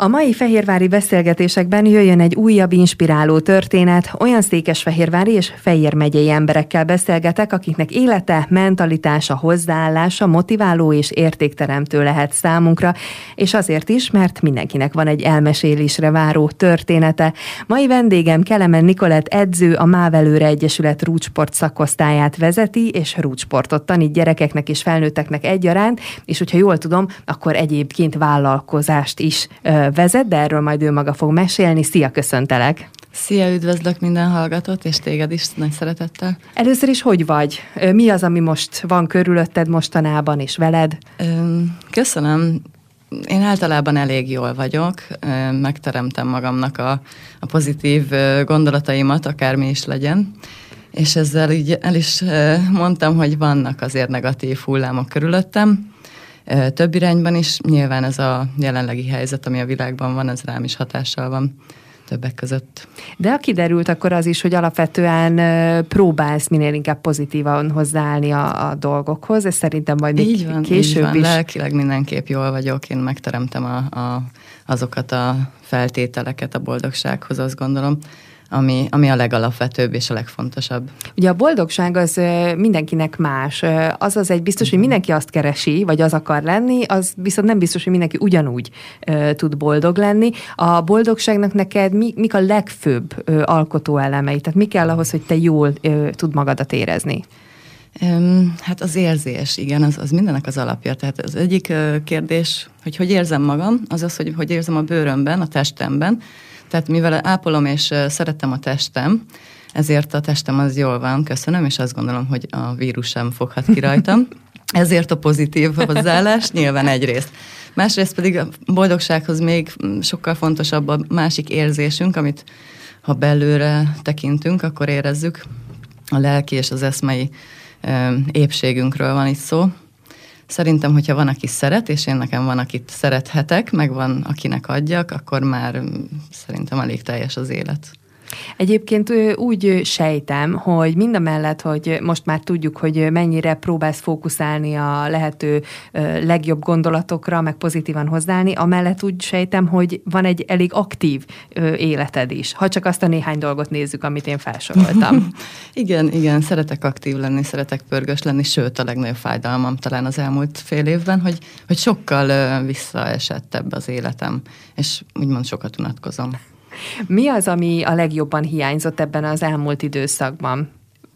A mai fehérvári beszélgetésekben jöjjön egy újabb inspiráló történet. Olyan székesfehérvári és Fejér megyei emberekkel beszélgetek, akiknek élete, mentalitása, hozzáállása motiváló és értékteremtő lehet számunkra, és azért is, mert mindenkinek van egy elmesélésre váró története. Mai vendégem Kelemen Nikolett edző, a Mávelőre Egyesület rúdsport szakosztályát vezeti, és rúdsportot tanít gyerekeknek és felnőtteknek egyaránt, és hogyha jól tudom, akkor egyébként vállalkozást is vezet, de erről majd ő maga fog mesélni. Szia, köszöntelek! Szia, üdvözlök minden hallgatót, és téged is nagy szeretettel. Először is hogy vagy? Mi az, ami most van körülötted mostanában, és veled? Köszönöm. Én általában elég jól vagyok, megteremtem magamnak a pozitív gondolataimat, akármi is legyen, és ezzel így el is mondtam, hogy vannak azért negatív hullámok körülöttem, több irányban is. Nyilván ez a jelenlegi helyzet, ami a világban van, ez rám is hatással van többek között. De kiderült akkor az is, hogy alapvetően próbálsz minél inkább pozitívan hozzáállni a dolgokhoz, ez szerintem majd így van, később így van. is. Lelkileg mindenképp jól vagyok, én megteremtem azokat a feltételeket a boldogsághoz, azt gondolom, ami a legalapvetőbb és a legfontosabb. Ugye a boldogság az mindenkinek más. Az egy biztos, hogy mindenki azt keresi, vagy az akar lenni, az viszont nem biztos, hogy mindenki ugyanúgy tud boldog lenni. A boldogságnak neked mik a legfőbb alkotóelemei? Tehát mi kell ahhoz, hogy te jól tud magadat érezni? Hát az érzés, igen, az mindennek az alapja. Tehát az egyik kérdés, hogy érzem magam, az, hogy érzem a bőrömben, a testemben. Tehát mivel ápolom és szeretem a testem, ezért a testem az jól van, köszönöm, és azt gondolom, hogy a vírus sem foghat ki rajtam. Ezért a pozitív hozzáállás nyilván egyrészt. Másrészt pedig a boldogsághoz még sokkal fontosabb a másik érzésünk, amit ha belőle tekintünk, akkor érezzük. A lelki és az eszmei épségünkről van itt szó. Szerintem, hogyha van, aki szeret, és én nekem van, akit szerethetek, meg van, akinek adjak, akkor már szerintem elég teljes az élet. Egyébként úgy sejtem, hogy mindamellett, hogy most már tudjuk, hogy mennyire próbálsz fókuszálni a lehető legjobb gondolatokra, meg pozitívan hozzáállni, amellett úgy sejtem, hogy van egy elég aktív életed is, ha csak azt a néhány dolgot nézzük, amit én felsoroltam. Igen, szeretek aktív lenni, szeretek pörgős lenni, sőt a legnagyobb fájdalmam talán az elmúlt fél évben, hogy sokkal visszaesettebb az életem, és úgymond sokat unatkozom. Mi az, ami a legjobban hiányzott ebben az elmúlt időszakban?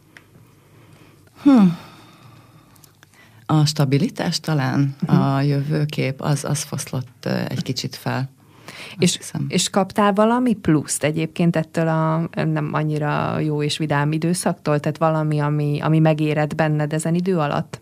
A stabilitás talán, a jövőkép, az foszlott egy kicsit fel. És kaptál valami pluszt egyébként ettől a nem annyira jó és vidám időszaktól? Tehát valami, ami megérett benned ezen idő alatt?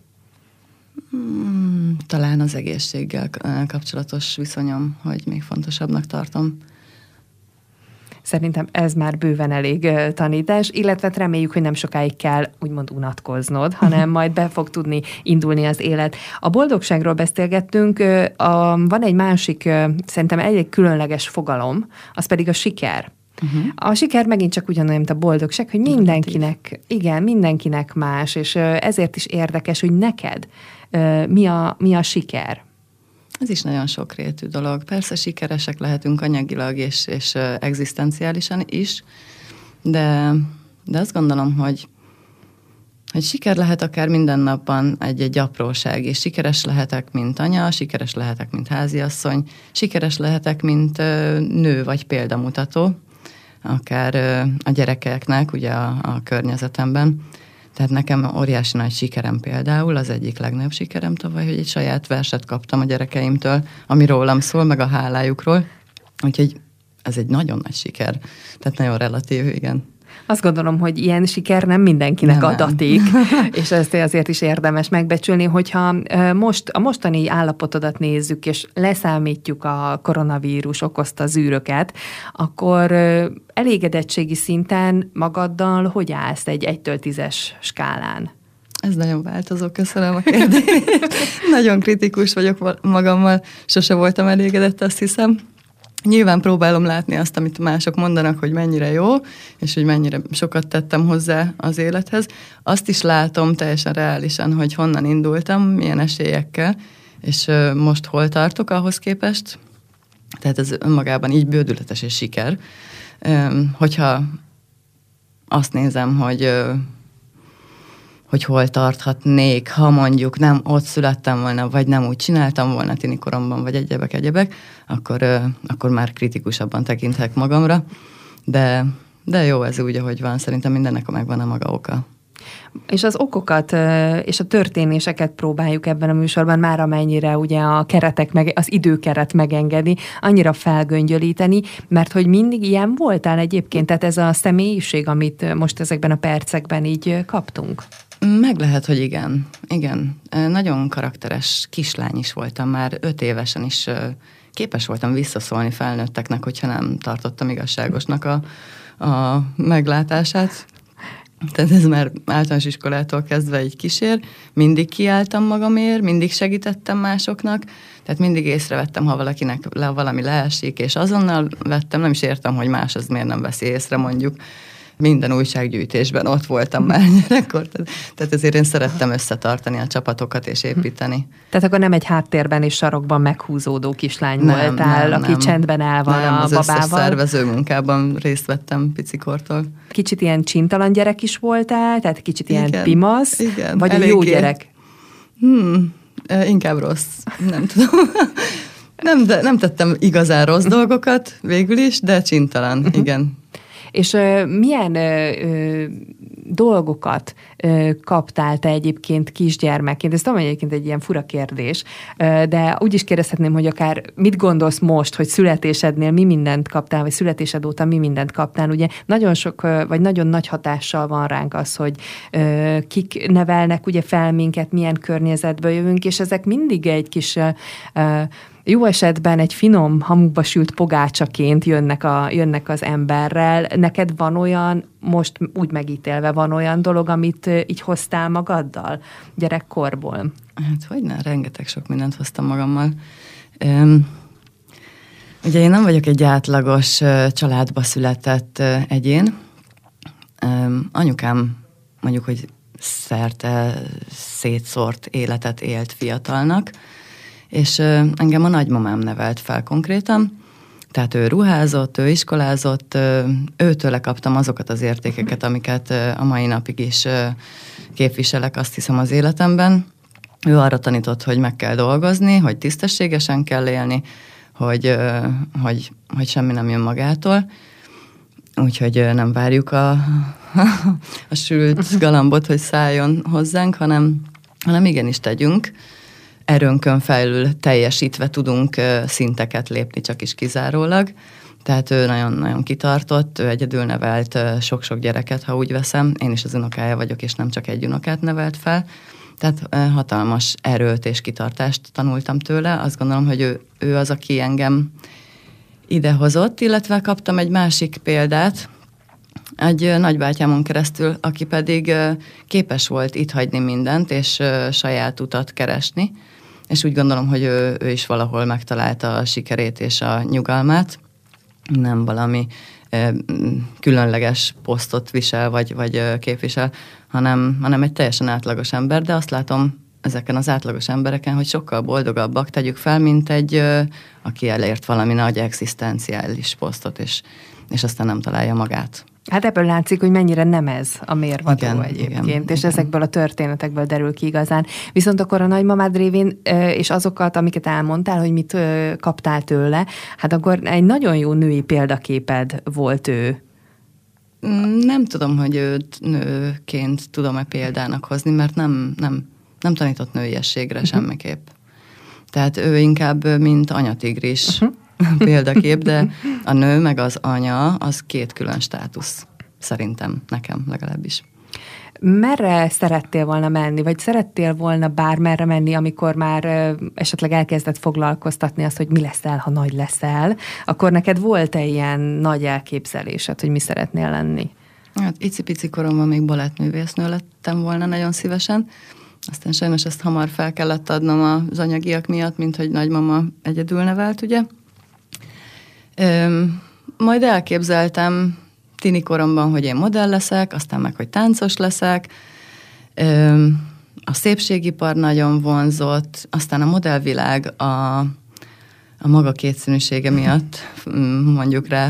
Talán az egészséggel kapcsolatos viszonyom, hogy még fontosabbnak tartom. Szerintem ez már bőven elég tanítás, illetve reméljük, hogy nem sokáig kell úgymond unatkoznod, hanem majd be fog tudni indulni az élet. A boldogságról beszélgettünk, van egy másik, szerintem egy különleges fogalom, az pedig a siker. A siker megint csak ugyanolyan, mint a boldogság, hogy mindenkinek más, és ezért is érdekes, hogy neked mi a siker. Ez is nagyon sokrétű dolog. Persze sikeresek lehetünk anyagilag és egzisztenciálisan is, de azt gondolom, hogy siker lehet akár minden napban egy apróság, és sikeres lehetek, mint anya, sikeres lehetek, mint háziasszony, sikeres lehetek, mint nő vagy példamutató, akár a gyerekeknek, ugye a környezetemben. Tehát nekem óriási nagy sikerem például, az egyik legnagyobb sikerem tavaly, hogy egy saját verset kaptam a gyerekeimtől, ami rólam szól, meg a hálájukról. Úgyhogy ez egy nagyon nagy siker. Tehát nagyon relatív, igen. Azt gondolom, hogy ilyen siker nem mindenkinek adatik, és ezt azért is érdemes megbecsülni, hogyha a mostani állapotodat nézzük, és leszámítjuk a koronavírus okozta zűröket, akkor elégedettségi szinten magaddal hogy állsz egy 1-től 10-es skálán? Ez nagyon változó, köszönöm a kérdést. Nagyon kritikus vagyok magammal, sose voltam elégedett, azt hiszem. Nyilván próbálom látni azt, amit mások mondanak, hogy mennyire jó, és hogy mennyire sokat tettem hozzá az élethez. Azt is látom teljesen reálisan, hogy honnan indultam, milyen esélyekkel, és most hol tartok ahhoz képest. Tehát ez önmagában így bődületes és siker. Hogyha azt nézem, hogy hol tarthatnék, ha mondjuk nem ott születtem volna, vagy nem úgy csináltam volna tini koromban, vagy egyebek, akkor már kritikusabban tekintek magamra. De jó ez úgy, ahogy van. Szerintem mindennek megvan a maga oka. És az okokat és a történéseket próbáljuk ebben a műsorban már amennyire ugye az időkeret megengedi, annyira felgöngyölíteni, mert hogy mindig ilyen voltál egyébként, tehát ez a személyiség, amit most ezekben a percekben így kaptunk? Meg lehet, hogy igen. Igen. Nagyon karakteres kislány is voltam már, 5 évesen is képes voltam visszaszólni felnőtteknek, hogyha nem tartottam igazságosnak a meglátását. Tehát ez már általános iskolától kezdve így kísér. Mindig kiálltam magamért, mindig segítettem másoknak, tehát mindig észrevettem, ha valakinek valami leesik, és azonnal vettem, nem is értem, hogy más az miért nem veszi észre, mondjuk. Minden újsággyűjtésben ott voltam már gyerekkor, tehát ezért én szerettem összetartani a csapatokat és építeni. Tehát akkor nem egy háttérben és sarokban meghúzódó kislány voltál, aki csendben áll van a az babával? Összes szervező munkában részt vettem picikortól. Kicsit ilyen csintalan gyerek is voltál, tehát kicsit ilyen pimasz, igen, vagy eléggé. A jó gyerek? Inkább rossz, nem tudom. Nem tettem igazán rossz dolgokat végül is, de csintalan, igen. És milyen dolgokat kaptál te egyébként kisgyermekként? Ez tudom, hogy egyébként egy ilyen fura kérdés, de úgy is kérdezhetném, hogy akár mit gondolsz most, hogy születésednél mi mindent kaptál, vagy születésed óta mi mindent kaptál? Ugye nagyon sok, vagy nagyon nagy hatással van ránk az, hogy kik nevelnek ugye fel minket, milyen környezetből jövünk, és ezek mindig egy kis... jó esetben egy finom hamukba sült pogácsaként jönnek az emberrel. Neked van olyan, most úgy megítélve van olyan dolog, amit így hoztál magaddal gyerekkorból? Hát hogyne, rengeteg sok mindent hoztam magammal. Ugye én nem vagyok egy átlagos családba született egyén. Anyukám mondjuk, hogy szerte szétszórt életet élt fiatalnak, és engem a nagymamám nevelt fel konkrétan, tehát ő ruházott, ő iskolázott, őtőle kaptam azokat az értékeket, amiket a mai napig is képviselek, azt hiszem, az életemben. Ő arra tanított, hogy meg kell dolgozni, hogy tisztességesen kell élni, hogy semmi nem jön magától, úgyhogy nem várjuk a sült galambot, hogy szálljon hozzánk, hanem igenis tegyünk. Erőnkön felül teljesítve tudunk szinteket lépni, csak is kizárólag. Tehát ő nagyon-nagyon kitartott, ő egyedül nevelt sok-sok gyereket, ha úgy veszem. Én is az unokája vagyok, és nem csak egy unokát nevelt fel. Tehát hatalmas erőt és kitartást tanultam tőle. Azt gondolom, hogy ő az, aki engem idehozott, illetve kaptam egy másik példát, egy nagybátyámon keresztül, aki pedig képes volt itt hagyni mindent, és saját utat keresni. És úgy gondolom, hogy ő is valahol megtalálta a sikerét és a nyugalmát. Nem valami különleges posztot visel, vagy képvisel, hanem egy teljesen átlagos ember, de azt látom ezeken az átlagos embereken, hogy sokkal boldogabbak, tegyük fel, mint egy, aki elért valami nagy egzisztenciális posztot, és aztán nem találja magát. Hát ebből látszik, hogy mennyire nem ez a mérvadó egyébként, igen, és ezekből a történetekből derül ki igazán. Viszont akkor a nagymamád révén, és azokat, amiket elmondtál, hogy mit kaptál tőle, hát akkor egy nagyon jó női példaképed volt ő. Nem tudom, hogy őt nőként tudom-e példának hozni, mert nem tanított nőiességre semmiképp. Tehát ő inkább, mint anyatigris. Példakép, de a nő meg az anya, az 2 külön státusz. Szerintem, nekem legalábbis. Merre szerettél volna menni, vagy szerettél volna bármerre menni, amikor már esetleg elkezdett foglalkoztatni azt, hogy mi leszel, ha nagy leszel, akkor neked volt-e ilyen nagy elképzelésed, hogy mi szeretnél lenni? Hát icipici koromban még balettművésznő lettem volna nagyon szívesen, aztán sajnos ezt hamar fel kellett adnom az anyagiak miatt, mint hogy nagymama egyedül nevelt, ugye? Majd elképzeltem tini koromban, hogy én modell leszek, aztán meg, hogy táncos leszek. A szépségipar nagyon vonzott, aztán a modellvilág, a maga kétszínűsége miatt, mondjuk rá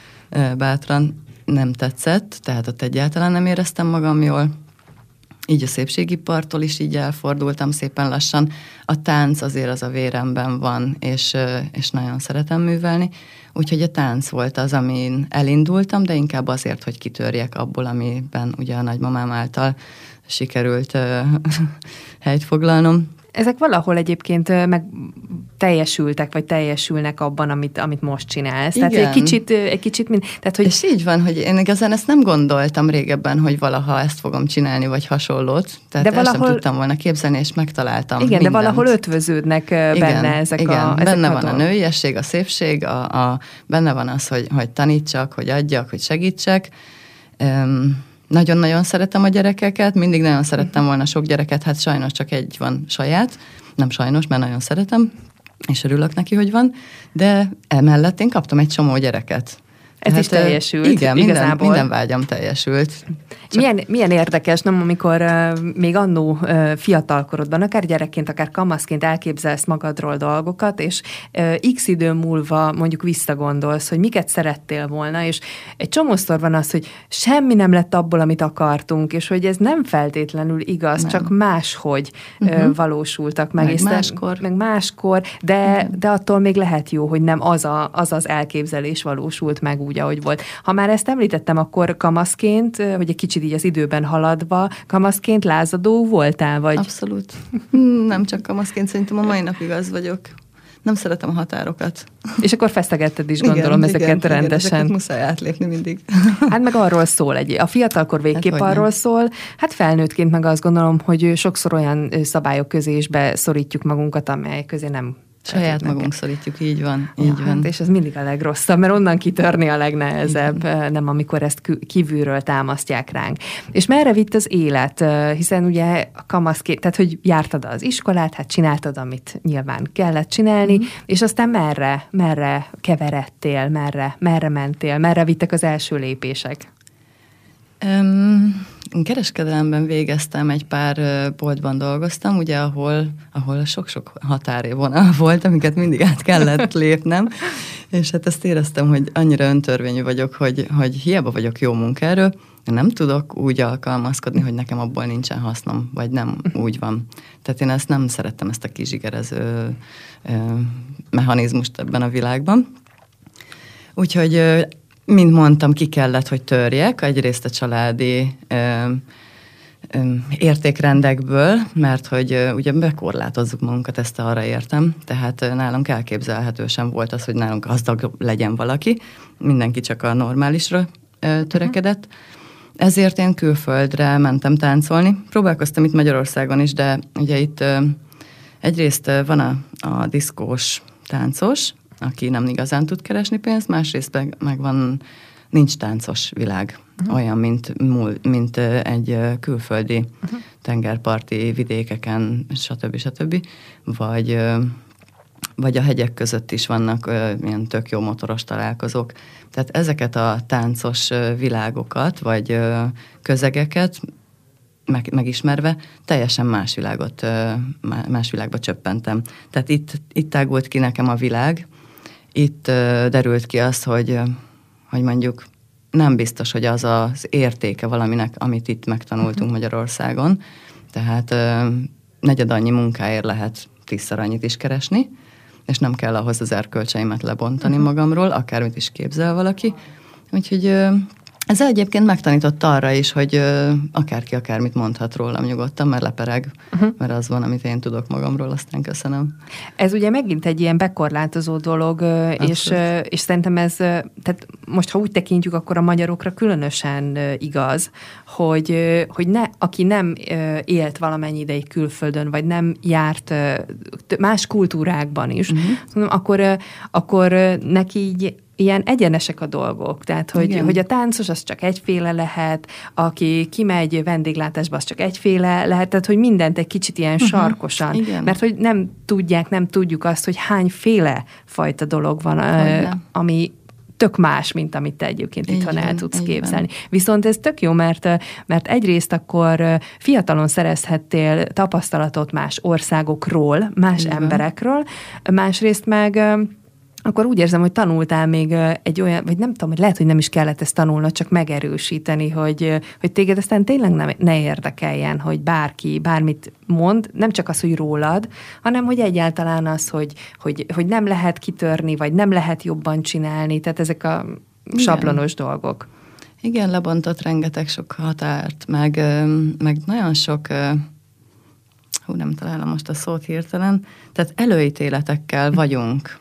bátran, nem tetszett, tehát ott egyáltalán nem éreztem magam jól. Így a szépségipartól is így elfordultam szépen lassan. A tánc azért az a véremben van, és nagyon szeretem művelni. Úgyhogy a tánc volt az, amin elindultam, de inkább azért, hogy kitörjek abból, amiben ugye a nagymamám által sikerült helyt foglalnom. Ezek valahol egyébként meg teljesültek, vagy teljesülnek abban, amit most csinálsz. Igen. Tehát egy kicsit tehát, hogy... És így van, hogy én igazán ezt nem gondoltam régebben, hogy valaha ezt fogom csinálni, vagy hasonlót. Tehát de valahol... sem tudtam volna képzelni, és megtaláltam mindent. De valahol ötvöződnek benne ezek a benne van a nőiesség, a szépség, benne van az, hogy tanítsak, hogy adjak, hogy segítsek. Nagyon-nagyon szeretem a gyerekeket, mindig nagyon szerettem volna sok gyereket, hát sajnos csak egy van saját, nem sajnos, mert nagyon szeretem, és örülök neki, hogy van, de emellett én kaptam egy csomó gyereket. Ez is teljesült, igen, igazából. Minden vágyam teljesült. Milyen érdekes, nem, amikor még annó fiatalkorodban, akár gyerekként, akár kamaszként elképzelsz magadról dolgokat, és x idő múlva mondjuk visszagondolsz, hogy miket szerettél volna, és egy csomószor van az, hogy semmi nem lett abból, amit akartunk, és hogy ez nem feltétlenül igaz, nem. Csak máshogy valósultak meg. Meg máskor, de attól még lehet jó, hogy nem az elképzelés valósult meg úgy, ahogy volt. Ha már ezt említettem, akkor kamaszként, hogy egy kicsit így az időben haladva, kamaszként lázadó voltál, vagy? Abszolút. Nem csak kamaszként, szerintem a mai napig az vagyok. Nem szeretem a határokat. És akkor feszegetted is, gondolom, ezeket rendesen. Igen, ezeket muszáj átlépni mindig. Hát meg arról szól a fiatalkor végképp arról szól, hát felnőttként meg azt gondolom, hogy sokszor olyan szabályok közé is beszorítjuk magunkat, amelyek közé nem saját magunk szorítjuk, így van. Így van. Hát, és ez mindig a legrosszabb, mert onnan kitörni a legnehezebb, nem amikor ezt kívülről támasztják ránk. És merre vitt az élet? Hiszen ugye a kamaszként, tehát hogy jártad az iskolát, hát csináltad, amit nyilván kellett csinálni, és aztán merre keveredtél, merre mentél, merre vittek az első lépések? Kereskedelemben végeztem, egy pár boltban dolgoztam, ugye, ahol sok-sok határvonal volt, amiket mindig át kellett lépnem, és hát ezt éreztem, hogy annyira öntörvényű vagyok, hogy hiába vagyok jó munkaerő, nem tudok úgy alkalmazkodni, hogy nekem abból nincsen hasznom, vagy nem úgy van. Tehát én ezt nem szerettem, ezt a kizsigerező mechanizmust ebben a világban. Úgyhogy mint mondtam, ki kellett, hogy törjek, egyrészt a családi értékrendekből, mert hogy ugye bekorlátozzuk magunkat, ezt arra értem, tehát nálunk elképzelhető sem volt az, hogy nálunk gazdag legyen valaki, mindenki csak a normálisra törekedett. Ezért én külföldre mentem táncolni. Próbálkoztam itt Magyarországon is, de ugye itt egyrészt van a diszkós táncos, aki nem igazán tud keresni pénzt, másrészt meg nincs táncos világ, olyan, mint egy külföldi tengerparti vidékeken, stb. Vagy a hegyek között is vannak ilyen tök jó motoros találkozók. Tehát ezeket a táncos világokat, vagy közegeket megismerve teljesen más világba csöppentem. Tehát itt tágult ki nekem a világ, itt derült ki az, hogy mondjuk nem biztos, hogy az az értéke valaminek, amit itt megtanultunk Magyarországon. Tehát negyed annyi munkáért lehet 10-szer annyit is keresni, és nem kell ahhoz az erkölcseimet lebontani magamról, akármit is képzel valaki. Úgyhogy ez egyébként megtanított arra is, hogy akárki akármit mondhat rólam nyugodtan, mert lepereg, mert az van, amit én tudok magamról, aztán köszönöm. Ez ugye megint egy ilyen bekorlátozó dolog, és szerintem ez, tehát most ha úgy tekintjük, akkor a magyarokra különösen igaz, hogy aki nem élt valamennyi ideig külföldön, vagy nem járt más kultúrákban is, akkor neki így ilyen egyenesek a dolgok, tehát hogy a táncos az csak egyféle lehet, aki kimegy vendéglátásba, az csak egyféle lehet, tehát hogy mindent egy kicsit ilyen sarkosan, mert hogy nem tudjuk azt, hogy hányféle fajta dolog van, ami tök más, mint amit te egyébként itthon el tudsz képzelni. Viszont ez tök jó, mert egyrészt akkor fiatalon szerezhettél tapasztalatot más országokról, más emberekről, másrészt meg akkor úgy érzem, hogy tanultál még egy olyan, vagy nem tudom, hogy lehet, hogy nem is kellett ezt tanulnod, csak megerősíteni, hogy téged aztán tényleg ne érdekeljen, hogy bárki bármit mond, nem csak az, hogy rólad, hanem hogy egyáltalán az, hogy nem lehet kitörni, vagy nem lehet jobban csinálni, tehát ezek a sablonos dolgok. Igen, lebontott rengeteg sok határt, meg nagyon sok, nem találom most a szót hirtelen, tehát előítéletekkel vagyunk.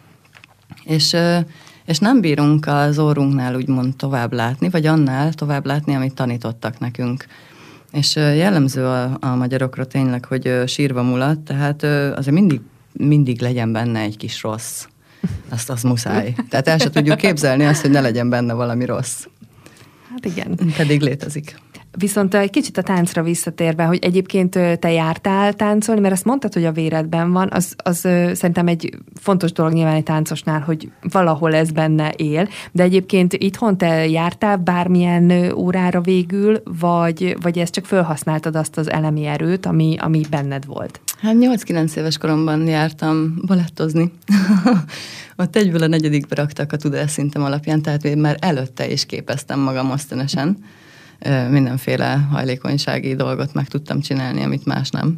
És nem bírunk az órunknál úgymond tovább látni, vagy annál tovább látni, amit tanítottak nekünk. És jellemző a magyarokra tényleg, hogy sírva mulat, tehát azért mindig legyen benne egy kis rossz. Az muszáj. Tehát el se tudjuk képzelni azt, hogy ne legyen benne valami rossz. Hát igen. Pedig létezik. Viszont egy kicsit a táncra visszatérve, hogy egyébként te jártál táncolni, mert azt mondtad, hogy a véredben van, az szerintem egy fontos dolog nyilván egy táncosnál, hogy valahol ez benne él, de egyébként itthon te jártál bármilyen órára végül, vagy ezt csak felhasználtad azt az elemi erőt, ami benned volt? Hát 8-9 éves koromban jártam balettozni. Ott egyből a 4. raktak a tudásszintem alapján, tehát én már előtte is képeztem magam ösztönösen. Mindenféle hajlékonysági dolgot meg tudtam csinálni, amit más nem.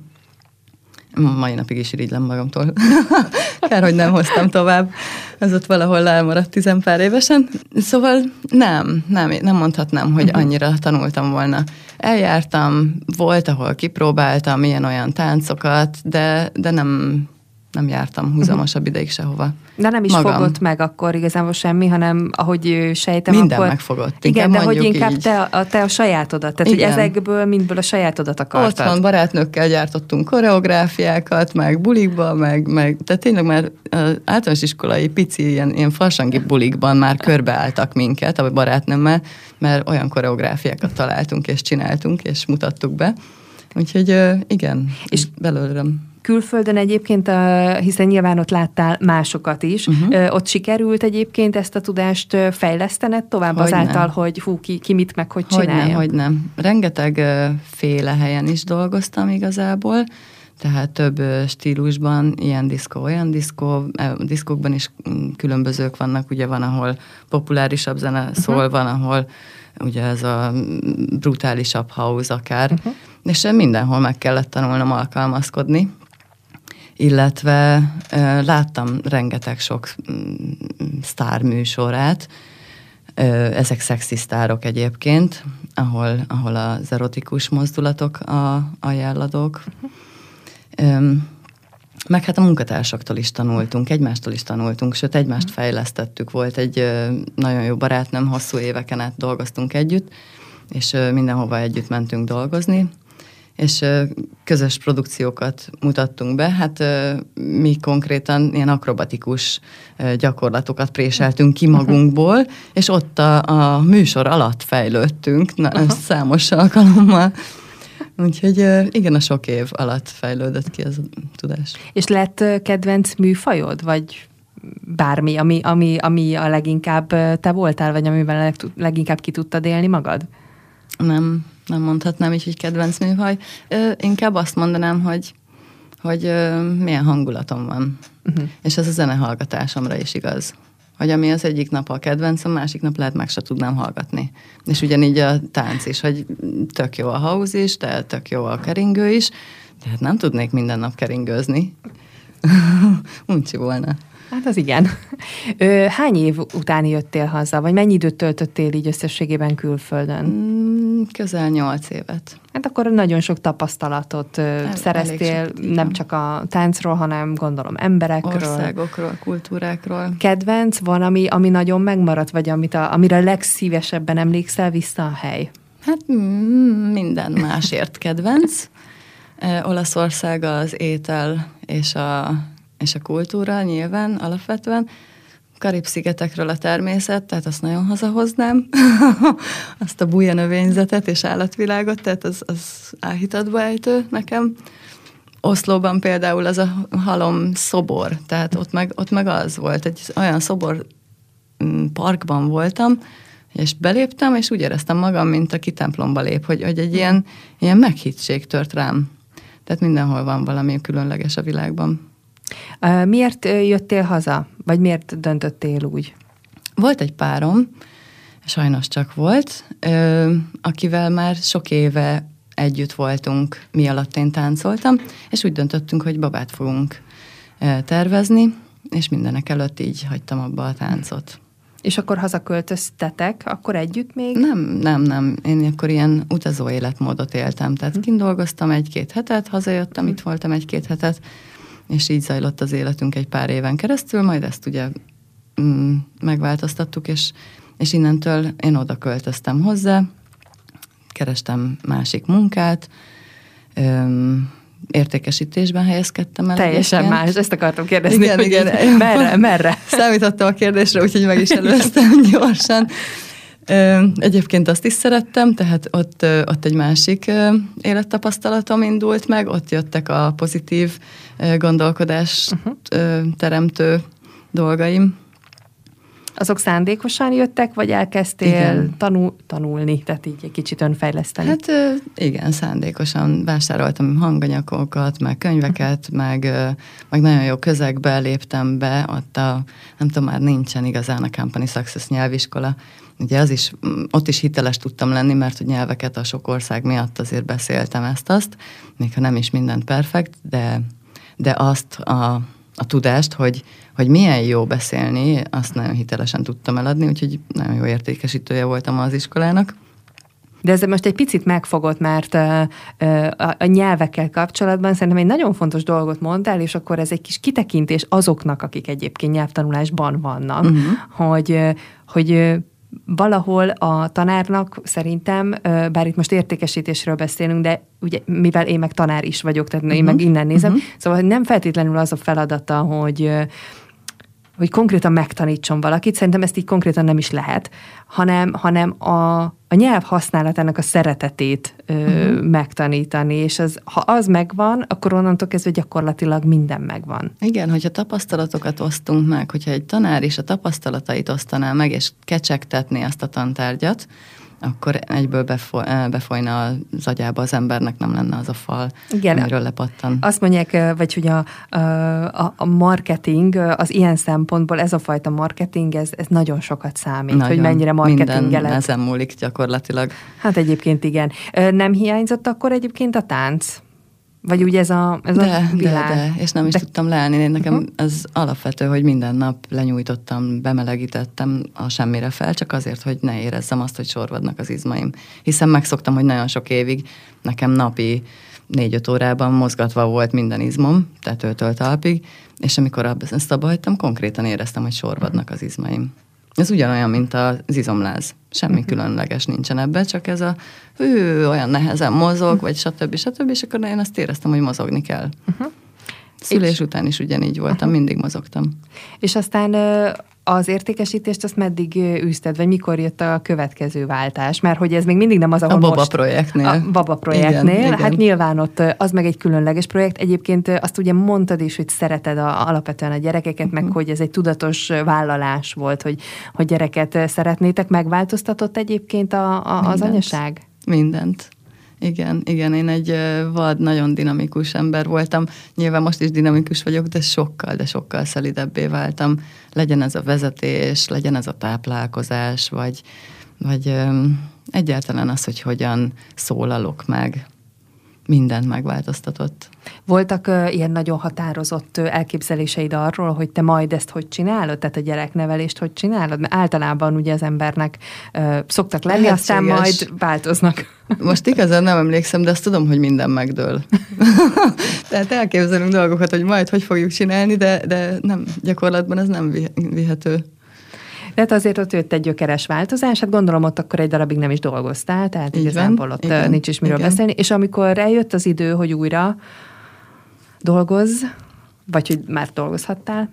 Mai napig is irigylem magamtól. Kár, hogy nem hoztam tovább. Ez ott valahol elmaradt 10 pár évesen. Szóval nem mondhatnám, hogy annyira tanultam volna. Eljártam, volt, ahol kipróbáltam ilyen-olyan táncokat, de nem jártam húzamosabb ideig sehova. De nem is fogott meg akkor igazából semmi, hanem ahogy sejtem, minden akkor... megfogott. Igen, de hogy inkább te a sajátodat, tehát igen. Hogy ezekből mindből a sajátodat akartad. Otthon barátnőkkel gyártottunk koreográfiákat, meg bulikba, meg tehát tényleg már általános iskolai pici ilyen farsangi bulikban már körbeálltak minket, a barátnőmmel, mert olyan koreográfiákat találtunk, és csináltunk, és mutattuk be. Úgyhogy igen, és belőlem. Külföldön egyébként, hiszen nyilván ott láttál másokat is, ott sikerült egyébként ezt a tudást fejlesztened tovább azáltal, hogy ki mit meg hogy csinálja? Hogy nem. Rengeteg féle helyen is dolgoztam igazából, tehát több stílusban, ilyen diszkó, olyan diszkó, diszkókban is különbözők vannak, ugye van, ahol populárisabb zene szól, van, ahol ugye ez a brutálisabb house akár, és mindenhol meg kellett tanulnom alkalmazkodni, illetve láttam rengeteg sok sztárműsorát, ezek szexi sztárok egyébként, ahol az erotikus mozdulatok a jelladók. Meg hát a munkatársaktól is tanultunk, egymástól is tanultunk, sőt egymást fejlesztettük. Volt egy nagyon jó barátnőm, hosszú éveken át dolgoztunk együtt, és mindenhova együtt mentünk dolgozni, és közös produkciókat mutattunk be. Hát mi konkrétan ilyen akrobatikus gyakorlatokat préseltünk ki magunkból, és ott a műsor alatt fejlődtünk számos alkalommal. Úgyhogy igen, a sok év alatt fejlődött ki ez a tudás. És lett kedvenc műfajod, vagy bármi, ami a leginkább te voltál, vagy amivel leginkább ki tudtad élni magad? Nem mondhatnám így, hogy kedvenc műfaj. Inkább azt mondanám, hogy milyen hangulatom van. És ez a zenehallgatásomra is igaz. Hogy ami az egyik nap a kedvencem, másik nap lehet meg se tudnám hallgatni. És ugyanígy a tánc is, hogy tök jó a house is, de tök jó a keringő is, tehát nem tudnék minden nap keringőzni. Uncsi volna. Hát az igen. Hány év után jöttél haza, vagy mennyi időt töltöttél így összességében külföldön? Közel 8 évet. Hát akkor nagyon sok tapasztalatot szereztél, nem csak a táncról, hanem gondolom emberekről. Országokról, kultúrákról. Kedvenc van, ami nagyon megmaradt, vagy amire legszívesebben emlékszel vissza a hely? Hát minden másért kedvenc. Olaszország az étel és a kultúra nyilván alapvetően. Karib-szigetekről a természet, tehát azt nagyon hazahoznám. Azt a buja növényzetet és állatvilágot, tehát az áhítatba ejtő nekem. Oszlóban például az a halom szobor, tehát ott meg az volt, egy olyan szobor parkban voltam, és beléptem, és úgy éreztem magam, mint aki templomba lép, hogy egy ilyen meghittség tört rám. Tehát mindenhol van valami különleges a világban. Miért jöttél haza? Vagy miért döntöttél úgy? Volt egy párom, sajnos csak volt, akivel már sok éve együtt voltunk, mi alatt én táncoltam, és úgy döntöttünk, hogy babát fogunk tervezni, és mindenek előtt így hagytam abba a táncot. És akkor hazaköltöztetek, akkor együtt még? Nem. Én akkor ilyen utazó életmódot éltem. Tehát kint dolgoztam 1-2 hetet, hazajöttem, itt voltam 1-2 hetet, és így zajlott az életünk egy pár éven keresztül, majd ezt ugye megváltoztattuk, és innentől én oda költöztem hozzá, kerestem másik munkát, értékesítésben helyezkedtem el. Teljesen egyébként. más, ezt akartam kérdezni. Igen. Merre? Számítottam a kérdésre, úgyhogy meg is előztem gyorsan. Egyébként azt is szerettem, tehát ott egy másik élettapasztalatom indult meg, ott jöttek a pozitív gondolkodást teremtő dolgaim. Azok szándékosan jöttek, vagy elkezdtél tanulni, tehát így egy kicsit önfejleszteni? Hát igen, szándékosan vásároltam hanganyagokat, meg könyveket, meg nagyon jó közegbe léptem be, nem tudom, már nincsen igazán a Company Success nyelviskola. Ugye ott is hiteles tudtam lenni, mert hogy nyelveket a sok ország miatt azért beszéltem ezt-azt, még ha nem is minden perfekt, de azt a tudást, hogy milyen jó beszélni, azt nagyon hitelesen tudtam eladni, úgyhogy nagyon jó értékesítője voltam az iskolának. De ezzel most egy picit megfogott, mert a nyelvekkel kapcsolatban szerintem egy nagyon fontos dolgot mondtál, és akkor ez egy kis kitekintés azoknak, akik egyébként nyelvtanulásban vannak, hogy valahol a tanárnak szerintem, bár itt most értékesítésről beszélünk, de ugye mivel én meg tanár is vagyok, tehát én meg innen nézem, szóval nem feltétlenül az a feladata, hogy konkrétan megtanítson valakit, szerintem ezt így konkrétan nem is lehet, hanem a nyelv használatának a szeretetét megtanítani, és ha az megvan, akkor onnantól kezdve gyakorlatilag minden megvan. Igen, hogyha tapasztalatokat osztunk meg, hogyha egy tanár is a tapasztalatait osztaná meg, és kecsegtetné azt a tantárgyat, akkor egyből befolyna az agyába az embernek, nem lenne az a fal, igen, amiről lepattan. Azt mondják, vagy hogy a marketing, az ilyen szempontból ez a fajta marketing, ez nagyon sokat számít, nagyon, hogy mennyire marketingeled. Minden ezen múlik gyakorlatilag. Hát egyébként igen. Nem hiányzott akkor egyébként a tánc? Vagy úgy ez a világ? De, és nem is tudtam leállni. Nekem ez alapvető, hogy minden nap lenyújtottam, bemelegítettem a semmire fel, csak azért, hogy ne érezzem azt, hogy sorvadnak az izmaim. Hiszen megszoktam, hogy nagyon sok évig nekem napi 4-5 órában mozgatva volt minden izmom, tetőtől talpig, és amikor ezt abba hagytam, konkrétan éreztem, hogy sorvadnak az izmaim. Ez ugyanolyan, mint az izomláz. Semmi különleges nincsen ebben, csak ez olyan nehezen mozog, vagy stb. És akkor én azt éreztem, hogy mozogni kell. Szülés után is ugyanígy voltam, mindig mozogtam. És aztán az értékesítést azt meddig űzted, vagy mikor jött a következő váltás? Mert hogy ez még mindig nem az, ahol most... A Baba projektnél. A Baba projektnél. Igen. Hát nyilván ott az meg egy különleges projekt. Egyébként azt ugye mondtad is, hogy szereted alapvetően a gyerekeket, meg hogy ez egy tudatos vállalás volt, hogy gyereket szeretnétek. Megváltoztatott egyébként az anyaság? Mindent. Igen, én egy vad, nagyon dinamikus ember voltam. Nyilván most is dinamikus vagyok, de sokkal szelidebbé váltam. Legyen ez a vezetés, legyen ez a táplálkozás, vagy egyáltalán az, hogy hogyan szólalok meg. Mindent megváltoztatott. Voltak ilyen nagyon határozott elképzeléseid arról, hogy te majd ezt hogy csinálod? Tehát a gyereknevelést hogy csinálod? Mert általában ugye az embernek szoktak lenni, lehetséges. Aztán majd változnak. Most igazán nem emlékszem, de azt tudom, hogy minden megdől. Tehát elképzelünk dolgokat, hogy majd hogy fogjuk csinálni, de nem, gyakorlatban ez nem vihető. Tehát azért ott jött egy gyökeres változás, hát gondolom ott akkor egy darabig nem is dolgoztál, tehát igazából ott nincs is miről beszélni. És amikor eljött az idő, hogy újra dolgozz, vagy hogy már dolgozhattál?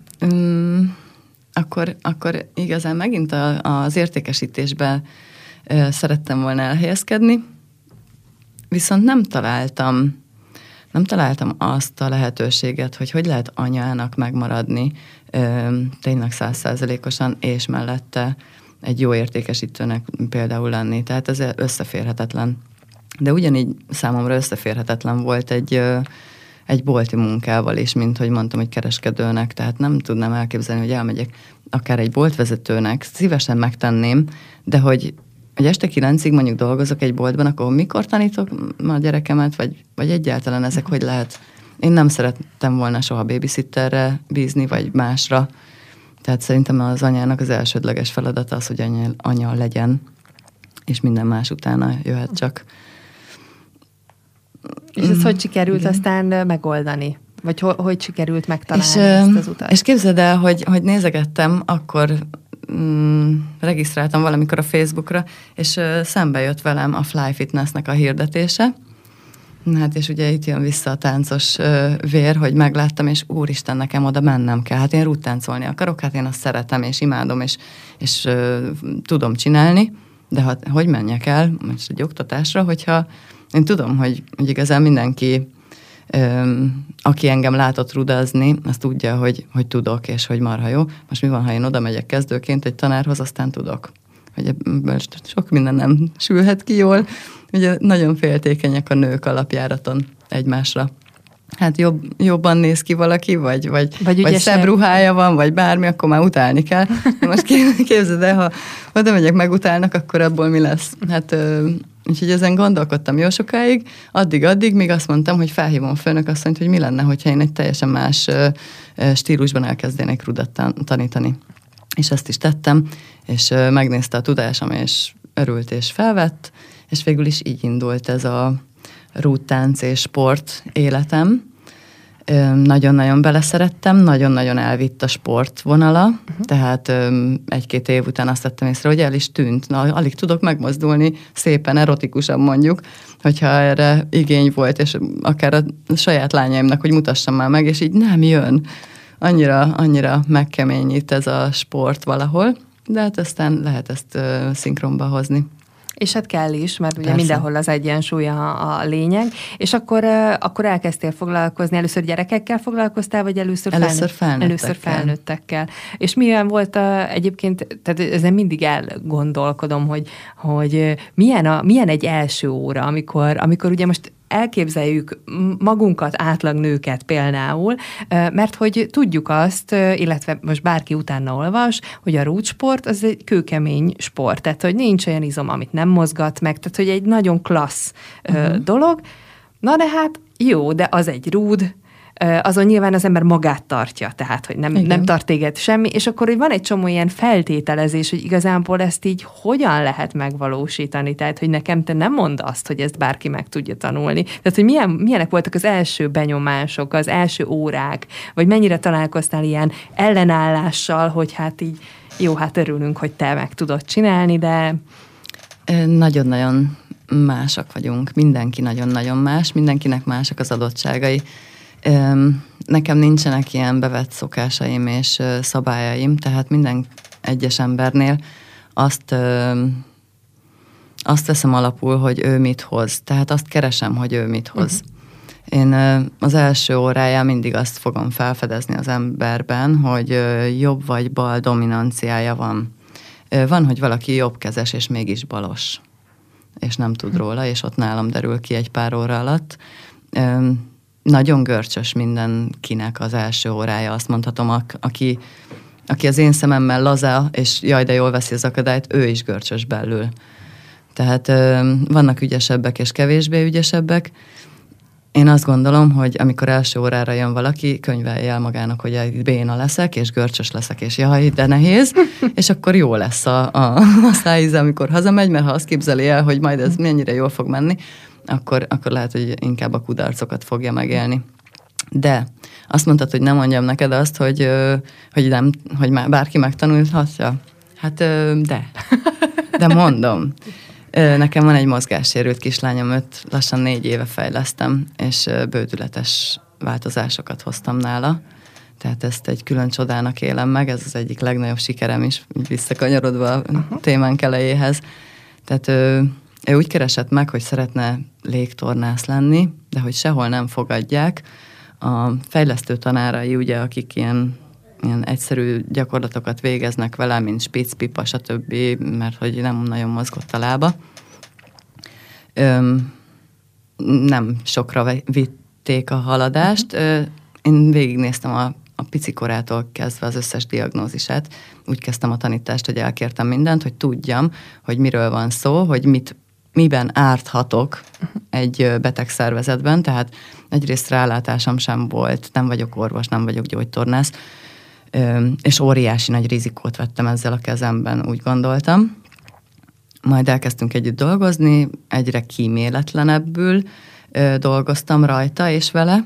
Akkor igazán megint az értékesítésbe szerettem volna elhelyezkedni, viszont nem találtam azt a lehetőséget, hogy lehet anyának megmaradni tényleg 100%-osan, és mellette egy jó értékesítőnek például lenni. Tehát ez összeférhetetlen. De ugyanígy számomra összeférhetetlen volt egy egy bolti munkával is, mint hogy mondtam, hogy kereskedőnek, tehát nem tudnám elképzelni, hogy elmegyek akár egy boltvezetőnek, szívesen megtenném, de hogy este 9-ig mondjuk dolgozok egy boltban, akkor mikor tanítok a gyerekemet, vagy egyáltalán ezek hogy lehet? Én nem szerettem volna soha babysitterre bízni, vagy másra. Tehát szerintem az anyának az elsődleges feladata az, hogy anya legyen, és minden más utána jöhet csak. És ez hogy sikerült aztán megoldani? Vagy hogy sikerült megtalálni ezt az utat? És képzeld el, hogy nézegettem, akkor regisztráltam valamikor a Facebookra, és szembe jött velem a Fly Fitnessnek a hirdetése. Hát és ugye itt jön vissza a táncos vér, hogy megláttam, és úristen, nekem oda mennem kell. Hát én rúttáncolni akarok, hát én azt szeretem, és imádom, és tudom csinálni, de hogy menjek el most egy oktatásra, hogyha én tudom, hogy igazán mindenki, aki engem látott rudazni, azt tudja, hogy tudok, és hogy marha jó. Most mi van, ha én oda megyek kezdőként egy tanárhoz, aztán tudok. Hogy ebből sok minden nem sülhet ki jól. Ugye nagyon féltékenyek a nők alapjáraton egymásra. Hát jobban néz ki valaki, vagy szebb ruhája van, vagy bármi, akkor már utálni kell. Most képzeld el, ha oda megyek, megutálnak, akkor abból mi lesz? Hát úgyhogy ezen gondolkodtam jó sokáig, addig, míg azt mondtam, hogy felhívom a főnökasszonyt, hogy mi lenne, hogyha én egy teljesen más stílusban elkezdének rudat tanítani. És ezt is tettem, és megnézte a tudásom, és örült és felvett, és végül is így indult ez a rúdtánc és sport életem. Nagyon-nagyon beleszerettem, nagyon-nagyon elvitt a sport vonala, tehát 1-2 év után azt tettem észre, hogy el is tűnt. Alig tudok megmozdulni, szépen erotikusan mondjuk, hogyha erre igény volt, és akár a saját lányaimnak, hogy mutassam már meg, és így nem jön. Annyira megkeményít ez a sport valahol, de hát aztán lehet ezt szinkronba hozni. És hát kell is, mert ugye mindenhol az egyensúly a lényeg. És akkor elkezdtél foglalkozni, először gyerekekkel foglalkoztál, vagy először felnőttekkel. És milyen volt egyébként, tehát ezen mindig elgondolkodom, hogy milyen egy első óra, amikor ugye most elképzeljük magunkat, átlag nőket például, mert hogy tudjuk azt, illetve most bárki utána olvas, hogy a rúdsport az egy kőkemény sport, tehát hogy nincs olyan izom, amit nem mozgat meg, tehát hogy egy nagyon klassz dolog. Na de hát jó, de az egy rúd, azon nyilván az ember magát tartja, tehát, hogy nem tart téged semmi, és akkor hogy van egy csomó ilyen feltételezés, hogy igazából ezt így hogyan lehet megvalósítani, tehát, hogy nekem te nem mondd azt, hogy ezt bárki meg tudja tanulni. Tehát, hogy milyenek voltak az első benyomások, az első órák, vagy mennyire találkoztál ilyen ellenállással, hogy hát így, jó, hát örülünk, hogy te meg tudod csinálni, de... Nagyon-nagyon másak vagyunk, mindenki nagyon-nagyon más, mindenkinek másak az adottságai. Nekem nincsenek ilyen bevett szokásaim és szabályaim, tehát minden egyes embernél azt veszem alapul, hogy ő mit hoz. Tehát azt keresem, hogy ő mit hoz. Én az első óráján mindig azt fogom felfedezni az emberben, hogy jobb vagy bal dominanciája van. Van, hogy valaki jobbkezes és mégis balos, és nem tud róla, és ott nálam derül ki egy pár óra alatt. Nagyon görcsös mindenkinek az első órája, azt mondhatom, aki az én szememmel laza, és jaj, de jól veszi az akadályt, ő is görcsös belül. Tehát vannak ügyesebbek és kevésbé ügyesebbek. Én azt gondolom, hogy amikor első órára jön valaki, könyvelje el magának, hogy béna leszek, és görcsös leszek, és jaj, de nehéz, és akkor jó lesz a szájíze, amikor hazamegy, mert ha azt képzeli el, hogy majd ez mennyire jól fog menni, akkor lehet, hogy inkább a kudarcokat fogja megélni. De azt mondtad, hogy nem mondjam neked azt, hogy már bárki megtanulhatja. Hát de mondom. Nekem van egy mozgássérült kislányom, őt lassan 4 éve fejlesztem, és bődületes változásokat hoztam nála. Tehát ezt egy külön csodának élem meg, ez az egyik legnagyobb sikerem is, visszakanyarodva a témánk elejéhez. Tehát ő úgy keresett meg, hogy szeretne légtornász lenni, de hogy sehol nem fogadják. A fejlesztő tanárai, ugye, akik ilyen egyszerű gyakorlatokat végeznek vele, mint spitz, pipa, stb., mert hogy nem nagyon mozgott a lába. Nem sokra a haladást. Én végignéztem a pici korától kezdve az összes diagnózisát. Úgy kezdtem a tanítást, hogy elkértem mindent, hogy tudjam, hogy miről van szó, hogy miben árthatok egy beteg szervezetben, tehát egyrészt rálátásom sem volt, nem vagyok orvos, nem vagyok gyógytornász, és óriási nagy rizikót vettem ezzel a kezemben, úgy gondoltam. Majd elkezdtünk együtt dolgozni, egyre kíméletlenebbül dolgoztam rajta és vele.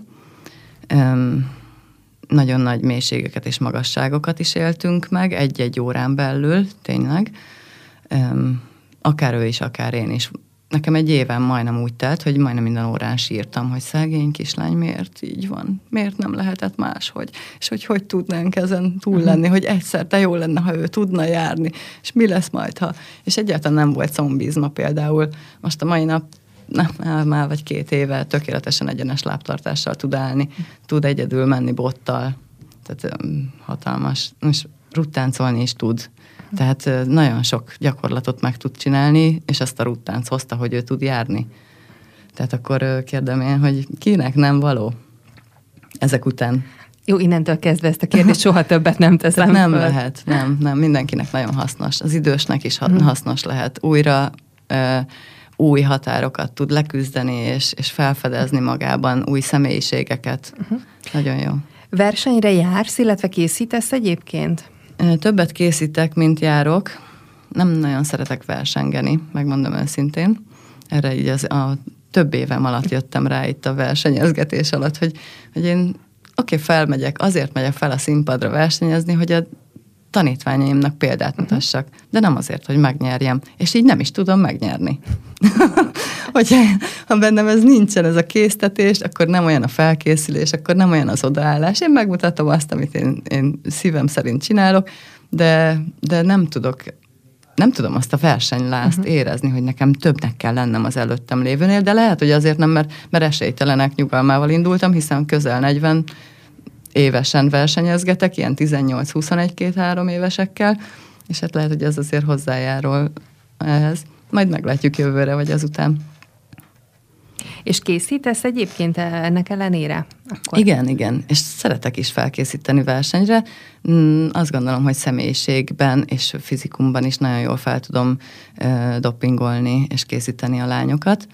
Nagyon nagy mélységeket és magasságokat is éltünk meg, egy-egy órán belül, tényleg. Akár ő is, akár én is. Nekem egy éven majdnem úgy telt, hogy majdnem minden órán sírtam, hogy szegény kislány, miért így van? Miért nem lehetett máshogy? És hogy tudnánk ezen túl lenni, hogy egyszer de jó lenne, ha ő tudna járni, és mi lesz majd, ha... És egyáltalán nem volt zombizma például. Most a mai nap már vagy 2 éve tökéletesen egyenes lábtartással tud állni, tud egyedül menni bottal, tehát hatalmas, és ruttáncolni is tud. Tehát nagyon sok gyakorlatot meg tud csinálni, és ezt a ruttánc hozta, hogy ő tud járni. Tehát akkor kérdem én, hogy kinek nem való ezek után? Jó, innentől kezdve ezt a kérdést soha többet nem teszem. Nem föl. Lehet, nem, mindenkinek nagyon hasznos. Az idősnek is hasznos lehet. Újra új határokat tud leküzdeni, és felfedezni magában új személyiségeket. Nagyon jó. Versenyre jársz, illetve készítesz egyébként? Többet készítek, mint járok. Nem nagyon szeretek versengeni, megmondom őszintén. Erre így a több évem alatt jöttem rá itt a versenyezgetés alatt, hogy én felmegyek, azért megyek fel a színpadra versenyezni, hogy a tanítványaimnak példát mutassak, de nem azért, hogy megnyerjem. És így nem is tudom megnyerni. Ha bennem ez nincsen, ez a késztetés, akkor nem olyan a felkészülés, akkor nem olyan az odaállás. Én megmutatom azt, amit én szívem szerint csinálok, de nem tudom azt a versenylázt érezni, hogy nekem többnek kell lennem az előttem lévőnél, de lehet, hogy azért nem, mert esélytelenek nyugalmával indultam, hiszen közel 40 évesen versenyezgetek, ilyen 18-21-2-3 évesekkel, és hát lehet, hogy ez azért hozzájárul ehhez. Majd meglátjuk jövőre, vagy azután. És készítesz egyébként ennek ellenére? Akkor? Igen, és szeretek is felkészíteni versenyre. Azt gondolom, hogy személyiségben és fizikumban is nagyon jól fel tudom dopingolni és készíteni a lányokat.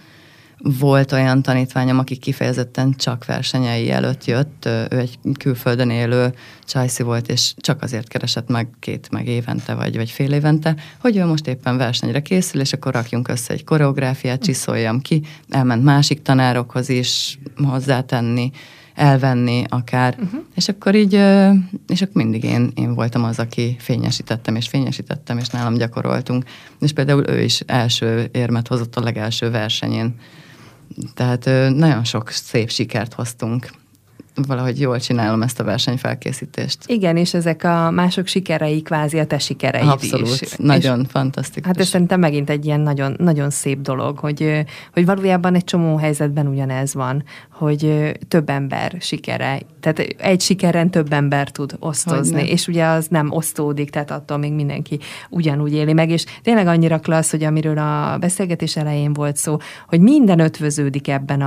Volt olyan tanítványom, aki kifejezetten csak versenyei előtt jött, ő egy külföldön élő csajszi volt, és csak azért keresett meg 2 évente, vagy fél évente, hogy ő most éppen versenyre készül, és akkor rakjunk össze egy koreográfiát, csiszoljam ki, elment másik tanárokhoz is hozzátenni, elvenni akár, és akkor így, és akkor mindig én voltam az, aki fényesítettem, és nálam gyakoroltunk. És például ő is első érmet hozott a legelső versenyén. Tehát nagyon sok szép sikert hoztunk. Valahogy jól csinálom ezt a versenyfelkészítést. Igen, és ezek a mások sikerei kvázi a te sikereid is. Abszolút, nagyon fantasztikus. Hát ez szerintem megint egy ilyen nagyon, nagyon szép dolog, hogy valójában egy csomó helyzetben ugyanez van, hogy több ember sikere, tehát egy sikeren több ember tud osztozni, és ugye az nem osztódik, tehát attól még mindenki ugyanúgy éli meg, és tényleg annyira klassz, hogy amiről a beszélgetés elején volt szó, hogy minden ötvöződik ebben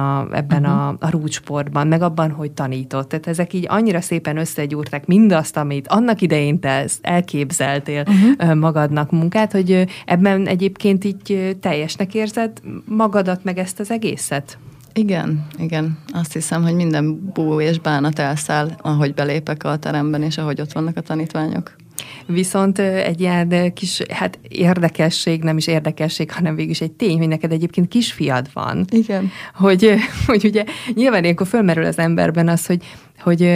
a rúdsportban, meg abban, hogy tanított. Tehát ezek így annyira szépen összegyúrták mindazt, amit annak idején te elképzeltél magadnak munkát, hogy ebben egyébként így teljesnek érzed magadat, meg ezt az egészet? Igen. Azt hiszem, hogy minden bú és bánat elszáll, ahogy belépek a teremben, és ahogy ott vannak a tanítványok. Viszont egy ilyen kis, érdekesség, nem is érdekesség, hanem végülis egy tény, hogy neked egyébként kisfiad van. Igen. Hogy ugye nyilván ilyenkor fölmerül az emberben az, hogy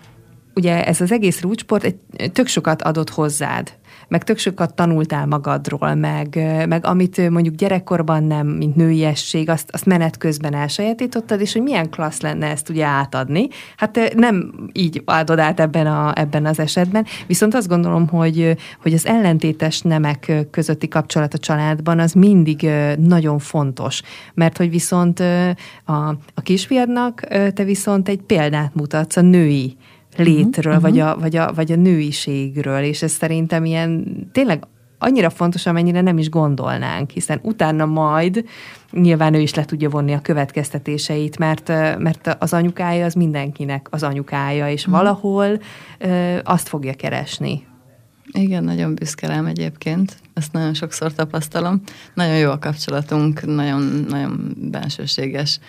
ugye ez az egész rúdsport tök sokat adott hozzád, meg tök sokat tanultál magadról, meg amit mondjuk gyerekkorban nem, mint nőiesség, azt menet közben elsajátítottad, és hogy milyen klassz lenne ezt ugye átadni. Hát nem így adod át ebben az esetben, viszont azt gondolom, hogy az ellentétes nemek közötti kapcsolat a családban az mindig nagyon fontos, mert hogy viszont a kisfiadnak te viszont egy példát mutatsz a női létről, vagy a nőiségről, és ez szerintem ilyen tényleg annyira fontos, amennyire nem is gondolnánk, hiszen utána majd nyilván ő is le tudja vonni a következtetéseit, mert az anyukája az mindenkinek az anyukája, és valahol azt fogja keresni. Igen, nagyon büszke rám egyébként. Ezt nagyon sokszor tapasztalom. Nagyon jó a kapcsolatunk, nagyon, nagyon bensőséges.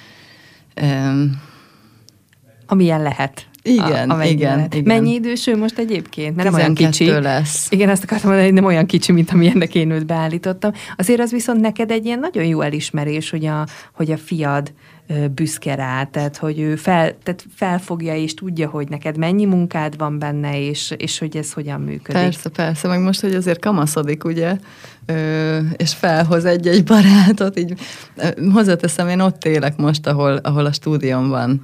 Amilyen lehet. Igen, igen. Mennyi idős ő most egyébként? Mert nem olyan kicsi. Lesz. Igen, azt akartam mondani, hogy nem olyan kicsi, mint amilyennek én őt beállítottam. Azért az viszont neked egy ilyen nagyon jó elismerés, hogy a fiad büszke rá, tehát hogy ő felfogja és tudja, hogy neked mennyi munkád van benne, és hogy ez hogyan működik. Persze, meg most, hogy azért kamaszodik, ugye, és felhoz egy-egy barátot, így hozzáteszem, én ott élek most, ahol a stúdióm van.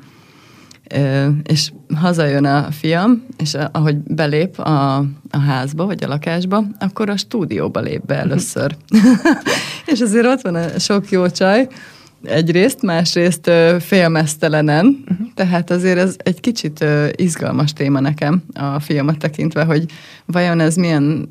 És hazajön a fiam, és ahogy belép a házba, vagy a lakásba, akkor a stúdióba lép be először. És azért ott van a sok jó csaj, egyrészt, másrészt félmeztelenen, tehát azért ez egy kicsit izgalmas téma nekem a fiamat tekintve, hogy vajon ez milyen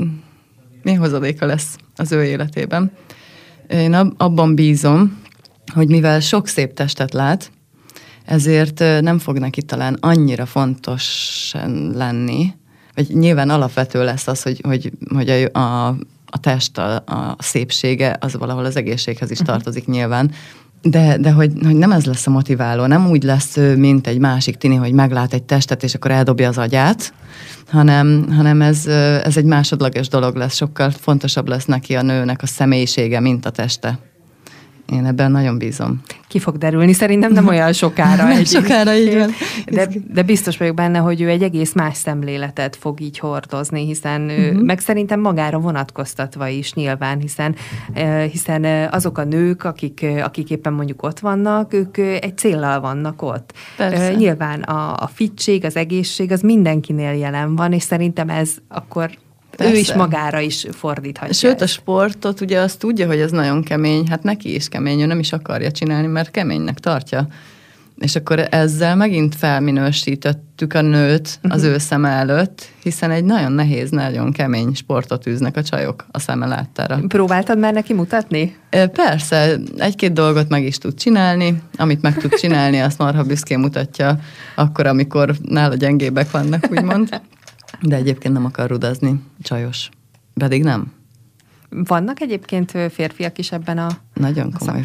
hozadéka lesz az ő életében. Én abban bízom, hogy mivel sok szép testet lát, ezért nem fog neki talán annyira fontos lenni, vagy nyilván alapvető lesz az, hogy a test, a szépsége, az valahol az egészséghez is tartozik nyilván, de hogy nem ez lesz a motiváló, nem úgy lesz, mint egy másik tini, hogy meglát egy testet, és akkor eldobja az agyát, hanem ez egy másodlagos dolog lesz, sokkal fontosabb lesz neki a nőnek a személyisége, mint a teste. Én ebben nagyon bízom. Ki fog derülni, szerintem nem olyan sokára. Nem sokára, így van. De biztos vagyok benne, hogy ő egy egész más szemléletet fog így hordozni, hiszen meg szerintem magára vonatkoztatva is nyilván, hiszen azok a nők, akik éppen mondjuk ott vannak, ők egy céllal vannak ott. Persze. Nyilván a fittség, az egészség, az mindenkinél jelen van, és szerintem ez akkor Persze. Ő is magára is fordíthatja. Sőt, a sportot ugye azt tudja, hogy ez nagyon kemény, hát neki is kemény, ő nem is akarja csinálni, mert keménynek tartja. És akkor ezzel megint felminősítettük a nőt az ő szeme előtt, hiszen egy nagyon nehéz, nagyon kemény sportot űznek a csajok a szeme láttára. Próbáltad már neki mutatni? Persze, egy-két dolgot meg is tud csinálni, amit meg tud csinálni, azt marha büszkén mutatja akkor, amikor nála gyengébbek vannak, úgymond. De egyébként nem akar rudazni, csajos. Pedig nem. Vannak egyébként férfiak is ebben a nagyon komoly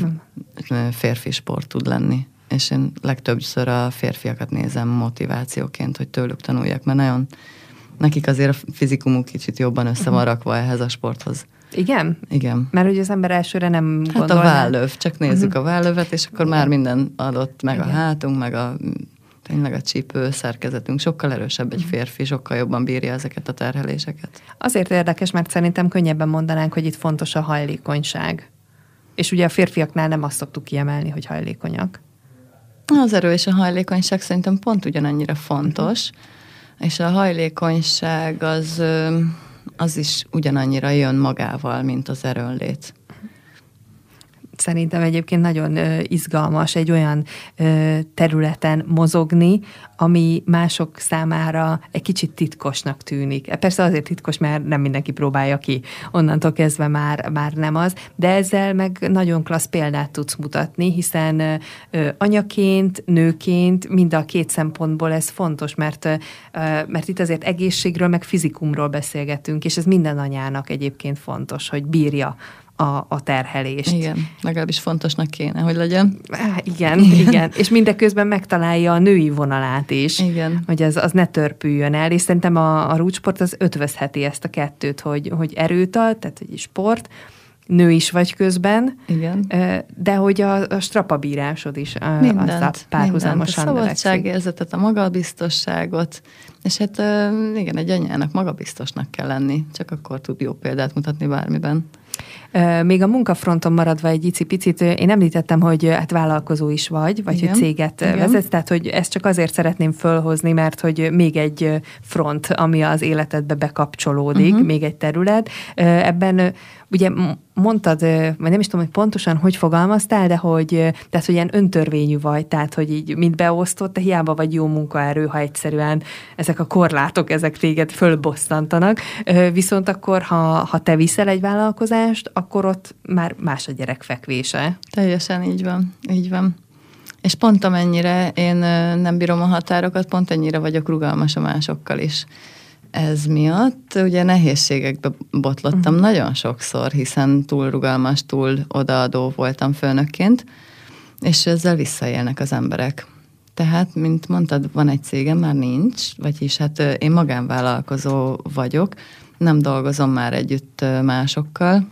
férfi sport tud lenni. És én legtöbbször a férfiakat nézem motivációként, hogy tőlük tanuljak, mert nagyon, nekik azért a fizikumuk kicsit jobban össze van rakva ehhez a sporthoz. Igen? Igen. Mert hogy az ember elsőre nem gondolná. Hát a vállöv, csak nézzük a vállövet, és akkor már minden adott, meg a hátunk, meg tényleg a csípő szerkezetünk sokkal erősebb egy férfi, sokkal jobban bírja ezeket a terheléseket. Azért érdekes, mert szerintem könnyebben mondanánk, hogy itt fontos a hajlékonyság. És ugye a férfiaknál nem azt szoktuk kiemelni, hogy hajlékonyak. Az erő és a hajlékonyság szerintem pont ugyanannyira fontos, és a hajlékonyság az is ugyanannyira jön magával, mint az erőnlét. Szerintem egyébként nagyon izgalmas egy olyan területen mozogni, ami mások számára egy kicsit titkosnak tűnik. Persze azért titkos, mert nem mindenki próbálja ki. Onnantól kezdve már nem az, de ezzel meg nagyon klassz példát tudsz mutatni, hiszen anyaként, nőként mind a két szempontból ez fontos, mert itt azért egészségről, meg fizikumról beszélgetünk, és ez minden anyának egyébként fontos, hogy bírja a terhelést. Igen, legalábbis fontosnak kéne, hogy legyen. Igen. És mindeközben megtalálja a női vonalát is, igen. Hogy az ne törpüljön el, és szerintem a rúdsport az ötvözheti ezt a kettőt, hogy erőt ad, tehát egy sport, nő is vagy közben, igen. De hogy a strapabírásod is azt párhuzamosan növekszik. A szabadságérzetet, a magabiztosságot, és hát igen, egy anyának magabiztosnak kell lenni, csak akkor tud jó példát mutatni bármiben. Még a munkafronton maradva egy icipicit, én említettem, hogy hát vállalkozó is vagy Igen. hogy céget vezetsz, tehát hogy ezt csak azért szeretném fölhozni, mert hogy még egy front, ami az életedbe bekapcsolódik, még egy terület. Ebben ugye mondtad, vagy nem is tudom, hogy pontosan hogy fogalmaztál, de hogy, tehát, hogy ilyen öntörvényű vagy, tehát, hogy így mind beosztott, te hiába vagy jó munkaerő, ha egyszerűen ezek a korlátok, ezek téged fölbosszantanak. Viszont akkor, ha te viszel egy vállalkozást, akkor ott már más a gyerek fekvése. Teljesen így van, így van. És pont amennyire én nem bírom a határokat, pont ennyire vagyok rugalmas a másokkal is. Ez miatt ugye nehézségekbe botlottam nagyon sokszor, hiszen túl rugalmas, túl odaadó voltam főnökként, és ezzel visszaélnek az emberek. Tehát, mint mondtad, van egy cégem, már nincs, vagyis hát én magánvállalkozó vagyok, nem dolgozom már együtt másokkal,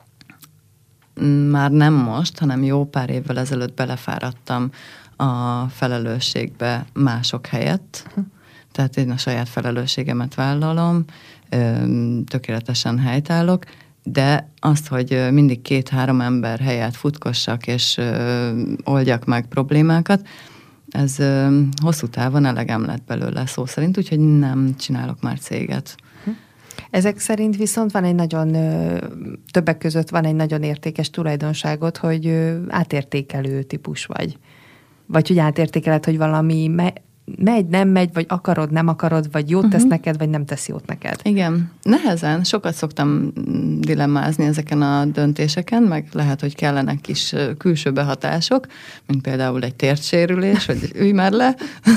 már nem most, hanem jó pár évvel ezelőtt belefáradtam a felelősségbe mások helyett. Tehát én a saját felelősségemet vállalom, tökéletesen helytállok, de azt, hogy mindig 2-3 ember helyett futkossak és oldjak meg problémákat, ez hosszú távon elegem lett belőle szó szerint, úgyhogy nem csinálok már céget. Ezek szerint viszont van egy nagyon, többek között van egy nagyon értékes tulajdonságot, hogy átértékelő típus vagy. Vagy hogy átértékeled, hogy valami megy, nem megy, vagy akarod, nem akarod, vagy jót tesz neked, vagy nem tesz jót neked. Igen, nehezen. Sokat szoktam dilemmázni ezeken a döntéseken, meg lehet, hogy kellenek kis külső behatások, mint például egy térdsérülés, hogy ülj már le,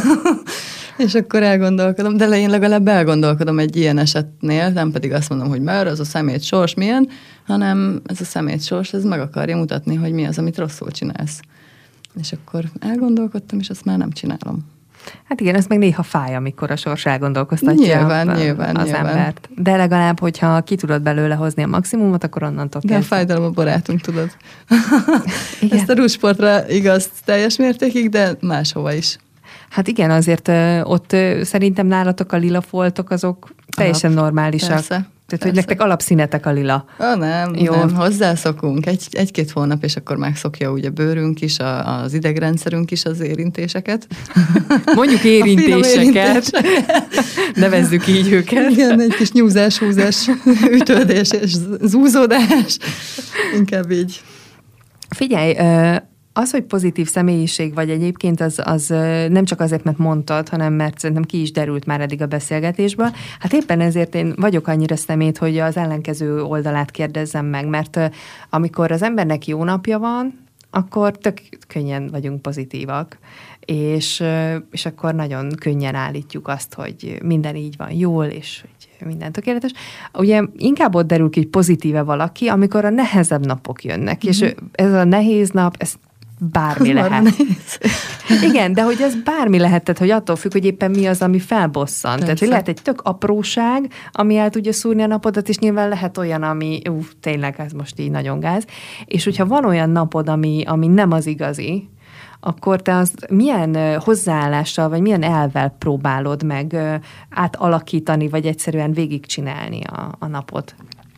és akkor elgondolkodom, de én legalább elgondolkodom egy ilyen esetnél, nem pedig azt mondom, hogy már az a szemét sors milyen, hanem ez a szemét sors, ez meg akarja mutatni, hogy mi az, amit rosszul csinálsz. És akkor elgondolkodtam, és azt már nem csinálom. Hát igen, ez meg néha fáj, amikor a sors elgondolkoztatja az embert. De legalább, hogyha ki tudod belőle hozni a maximumot, akkor onnantól kezdve. De a fájdalom a barátunk, tudod. Igen. Ezt a rúzsportra igaz teljes mértékig, de máshova is. Hát igen, azért ott szerintem nálatok a lila foltok azok teljesen normálisak. Persze. Tehát, hogy nektek alapszínetek a lila. Nem, hozzászokunk. Egy-két hónap, és akkor megszokja úgy a bőrünk is, az idegrendszerünk is az érintéseket. Mondjuk érintéseket. Nevezzük így őket. Igen, egy kis nyúzás, húzás, ütődés és zúzódás. Inkább így. Figyelj, az, hogy pozitív személyiség vagy egyébként, az nem csak azért, mert mondtad, hanem mert szerintem ki is derült már eddig a beszélgetésből. Hát éppen ezért én vagyok annyira szemét, hogy az ellenkező oldalát kérdezzem meg, mert amikor az embernek jó napja van, akkor tök könnyen vagyunk pozitívak, és akkor nagyon könnyen állítjuk azt, hogy minden így van jól, és hogy minden tökéletes. Ugye inkább ott derül ki, hogy pozitíve valaki, amikor a nehezebb napok jönnek, és ez a nehéz nap, ez bármi lehet. Igen, de hogy ez bármi lehet, tehát hogy attól függ, hogy éppen mi az, ami felbosszant. Persze. Tehát, hogy lehet egy tök apróság, ami el tudja szúrni a napodat, és nyilván lehet olyan, ami tényleg ez most így nagyon gáz. És hogyha van olyan napod, ami nem az igazi, akkor te azt milyen hozzáállással, vagy milyen elvvel próbálod meg átalakítani, vagy egyszerűen végigcsinálni a napot?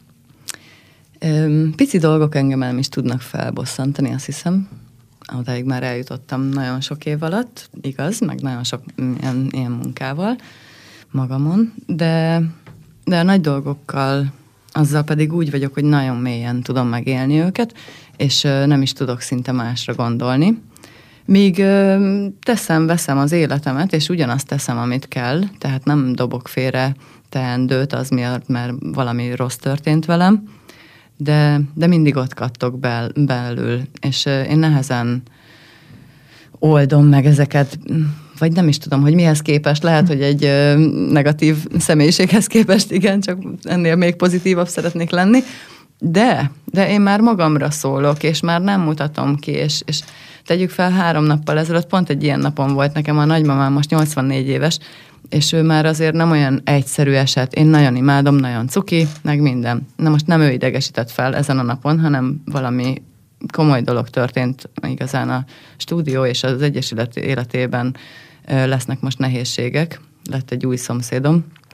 Pici dolgok engem nem is tudnak felbosszantani, azt hiszem. Odáig már eljutottam nagyon sok év alatt, igaz, meg nagyon sok ilyen munkával magamon, de a nagy dolgokkal azzal pedig úgy vagyok, hogy nagyon mélyen tudom megélni őket, és nem is tudok szinte másra gondolni. Míg veszem az életemet, és ugyanazt teszem, amit kell, tehát nem dobok félre teendőt az miatt, mert valami rossz történt velem, de mindig ott kattog belül, és én nehezen oldom meg ezeket, vagy nem is tudom, hogy mihez képest, lehet, hogy egy negatív személyiséghez képest, igen, csak ennél még pozitívabb szeretnék lenni, de én már magamra szólok, és már nem mutatom ki, és tegyük fel 3 nappal ezelőtt, pont egy ilyen napon volt nekem, a nagymamám most 84 éves, és ő már azért nem olyan egyszerű eset. Én nagyon imádom, nagyon cuki, meg minden. Na most nem ő idegesített fel ezen a napon, hanem valami komoly dolog történt igazán a stúdió és az Egyesület életében lesznek most nehézségek. Lett egy új szomszédom,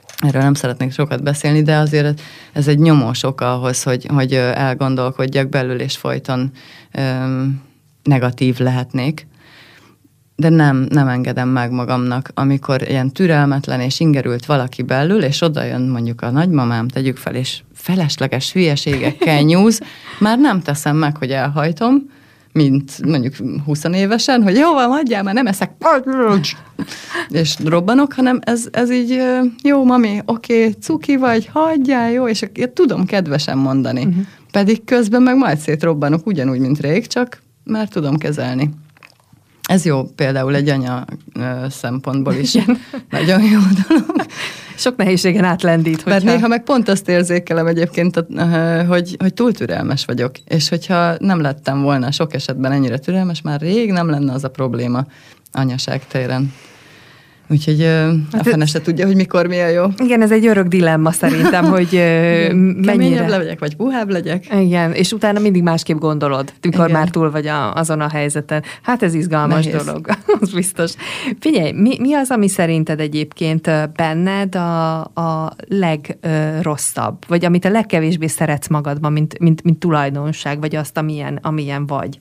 Erről nem szeretnék sokat beszélni, de azért ez egy nyomós oka ahhoz, hogy elgondolkodjak belül, és folyton negatív lehetnék. De nem engedem meg magamnak, amikor ilyen türelmetlen és ingerült valaki belül, és oda jön mondjuk a nagymamám, tegyük fel, és felesleges hülyeségekkel nyúz, már nem teszem meg, hogy elhajtom, mint mondjuk 20 évesen, hogy jó van, hagyjál, már nem eszek, és robbanok, hanem ez így, jó, mami, oké, cuki vagy, hagyjál, jó, és tudom kedvesen mondani. Uh-huh. Pedig közben meg majd szétrobbanok ugyanúgy, mint rég, csak már tudom kezelni. Ez jó például egy anya szempontból is. Nagyon jó dolog. Sok nehézségen átlendít. Mert néha meg pont azt érzékelem egyébként, hogy túl türelmes vagyok. És hogyha nem lettem volna sok esetben ennyire türelmes, már rég nem lenne az a probléma anyaság téren. Úgyhogy a fene se tudja, hogy mikor mi a jó. Igen, ez egy örök dilemma szerintem, hogy mennyire... Keményebb legyek, vagy puhább legyek. Igen, és utána mindig másképp gondolod, mikor már túl vagy azon a helyzeten. Hát ez izgalmas dolog, az biztos. Figyelj, mi az, ami szerinted egyébként benned a legrosszabb, vagy amit a legkevésbé szeretsz magadban, mint tulajdonság, vagy azt, amilyen vagy?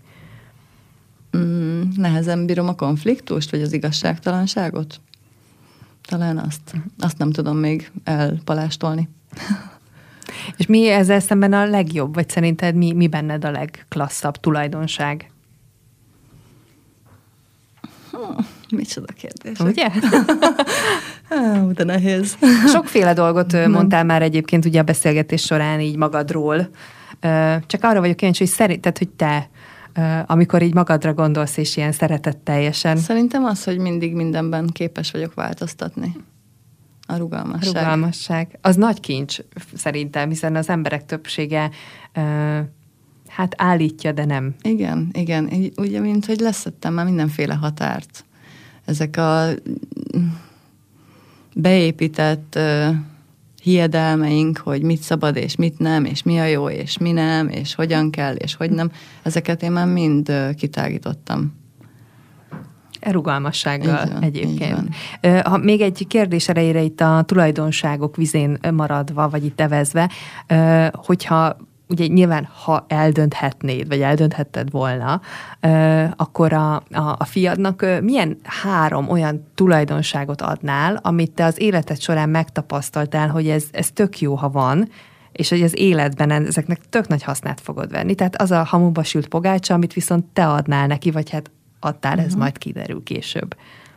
Nehezen bírom a konfliktust, vagy az igazságtalanságot? Talán azt nem tudom még elpalástolni. És mi ezzel szemben a legjobb, vagy szerinted mi benned a legklasszabb tulajdonság? Micsoda kérdés. Ugye? De nehéz. Sokféle dolgot mondtál már egyébként ugye a beszélgetés során így magadról. Csak arra vagyok kíváncsi, hogy szerinted, hogy te amikor így magadra gondolsz, és ilyen szeretetteljesen. Szerintem az, hogy mindig mindenben képes vagyok változtatni. A rugalmasság. A rugalmasság. Az nagy kincs szerintem, hiszen az emberek többsége hát állítja, de nem. Igen. Ugye, mint hogy leszettem már mindenféle határt. Ezek a beépített hiedelmeink, hogy mit szabad, és mit nem, és mi a jó, és mi nem, és hogyan kell, és hogy nem. Ezeket én már mind kitágítottam. Rugalmassággal egyébként. Ha még egy kérdés erejére itt a tulajdonságok vizén maradva, vagy itt evezve, hogyha ugye nyilván, ha eldönthetnéd, vagy eldönthetted volna, akkor a fiadnak milyen 3 olyan tulajdonságot adnál, amit te az életed során megtapasztaltál, hogy ez tök jó, ha van, és hogy az életben ezeknek tök nagy hasznát fogod venni. Tehát az a hamuba sült pogácsa, amit viszont te adnál neki, vagy hát adtál, ez majd kiderül később.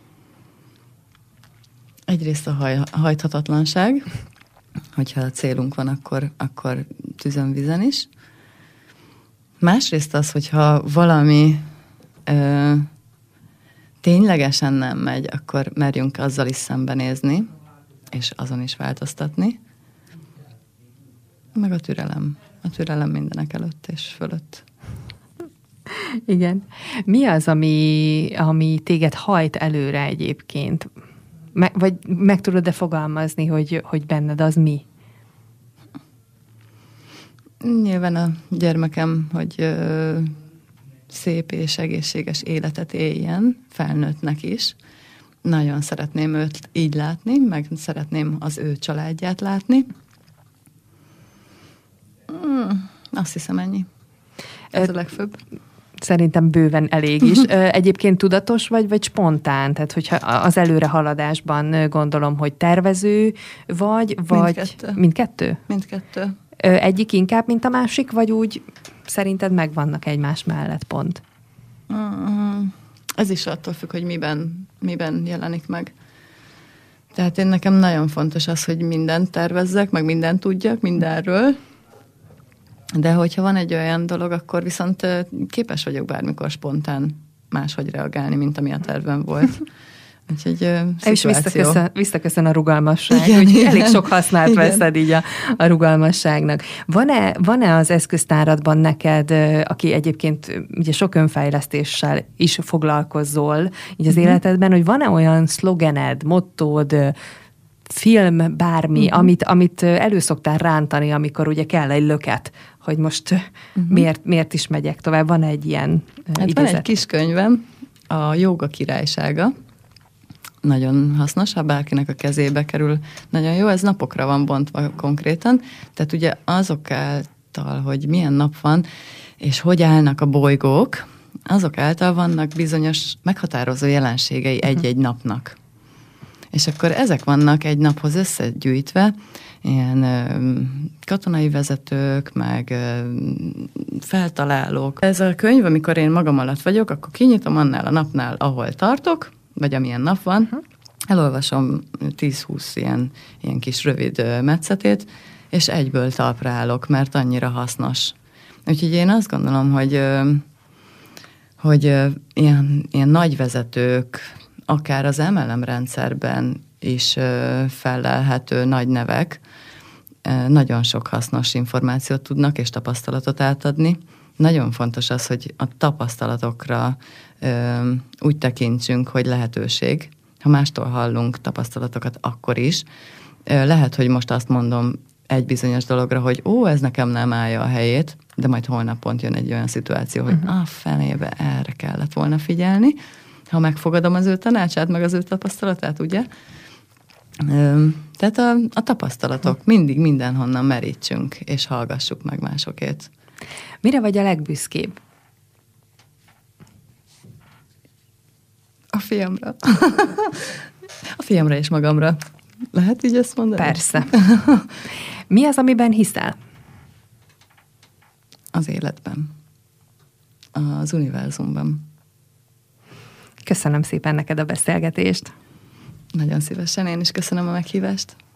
Egyrészt a hajthatatlanság, hogyha a célunk van, akkor tüzön vizen is. Másrészt az, hogyha valami ténylegesen nem megy, akkor merjünk azzal is szembenézni, és azon is változtatni. Meg a türelem. A türelem mindenek előtt és fölött. Igen. Mi az, ami téged hajt előre egyébként? Vagy meg tudod-e fogalmazni, hogy benned az mi? Nyilván a gyermekem, hogy szép és egészséges életet éljen, felnőttnek is. Nagyon szeretném őt így látni, meg szeretném az ő családját látni. Azt hiszem ennyi. Ez a legfőbb. Szerintem bőven elég is. Egyébként tudatos vagy spontán? Tehát, hogyha az előrehaladásban gondolom, hogy tervező vagy... Mindkettő? Mindkettő. Egyik inkább, mint a másik, vagy úgy szerinted megvannak egymás mellett pont? Ez is attól függ, hogy miben jelenik meg. Tehát nekem nagyon fontos az, hogy mindent tervezzek, meg mindent tudjak, mindenről. De hogyha van egy olyan dolog, akkor viszont képes vagyok bármikor spontán máshogy reagálni, mint ami a tervem volt. Úgyhogy és visszaköszön a rugalmasság. Igen, úgyhogy elég sok hasznát veszed így a rugalmasságnak. Van-e az eszköztáradban neked, aki egyébként ugye sok önfejlesztéssel is foglalkozol így az életedben, hogy van-e olyan szlogened, mottód, film, bármi, amit előszoktál rántani, amikor ugye kell egy löket, hogy most miért is megyek tovább? Van egy ilyen idézet? Van egy kis könyvem, a Jóga királysága, nagyon hasznos, ha bárkinek a kezébe kerül, nagyon jó, ez napokra van bontva konkrétan, tehát ugye azok által, hogy milyen nap van, és hogy állnak a bolygók, azok által vannak bizonyos meghatározó jelenségei egy-egy napnak. És akkor ezek vannak egy naphoz összegyűjtve, ilyen katonai vezetők, meg feltalálók. Ez a könyv, amikor én magam alatt vagyok, akkor kinyitom annál a napnál, ahol tartok, vagy amilyen nap van, elolvasom 10-20 ilyen kis rövid metszetét, és egyből talpra állok, mert annyira hasznos. Úgyhogy én azt gondolom, hogy ilyen nagy vezetők, akár az MLM rendszerben is fellelhető nagy nevek, nagyon sok hasznos információt tudnak és tapasztalatot átadni. Nagyon fontos az, hogy a tapasztalatokra úgy tekintsünk, hogy lehetőség. Ha mástól hallunk tapasztalatokat, akkor is. Lehet, hogy most azt mondom egy bizonyos dologra, hogy ez nekem nem állja a helyét, de majd holnap pont jön egy olyan szituáció, hogy fenébe erre kellett volna figyelni, ha megfogadom az ő tanácsát, meg az ő tapasztalatát, ugye? Tehát a tapasztalatok mindig mindenhonnan merítsünk, és hallgassuk meg másokét. Mire vagy a legbüszkébb? A fiamra. A fiamra és magamra. Lehet így ezt mondani? Persze. Mi az, amiben hiszel? Az életben. Az univerzumban. Köszönöm szépen neked a beszélgetést. Nagyon szívesen, én is köszönöm a meghívást.